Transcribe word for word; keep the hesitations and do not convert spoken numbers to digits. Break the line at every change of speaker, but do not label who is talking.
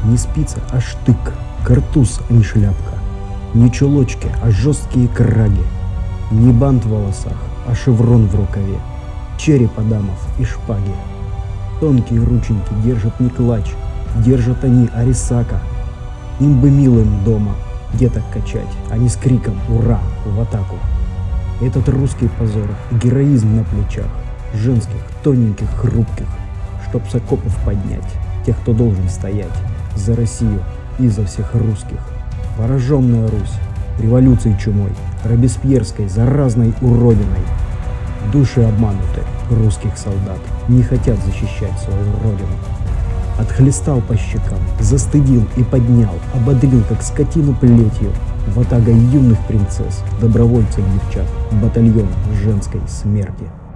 Не спица, а штык, картуз, а не шляпка. Не чулочки, а жесткие краги. Не бант в волосах, а шеврон в рукаве. Череп адамов и шпаги. Тонкие рученьки держат не клач, держат они арисака. Им бы милым дома деток качать, а не с криком «Ура!» в атаку. Этот русский позор, героизм на плечах, женских, тоненьких, хрупких, чтоб с окопов поднять тех, кто должен стоять за Россию и за всех русских. Пораженная Русь, революцией чумой, робеспьерской, заразной уродиной. Души обмануты русских солдат, не хотят защищать свою родину. Отхлестал по щекам, застыдил и поднял, ободрил, как скотину плетью, ватага юных принцесс, добровольцев девчат, батальон женской смерти.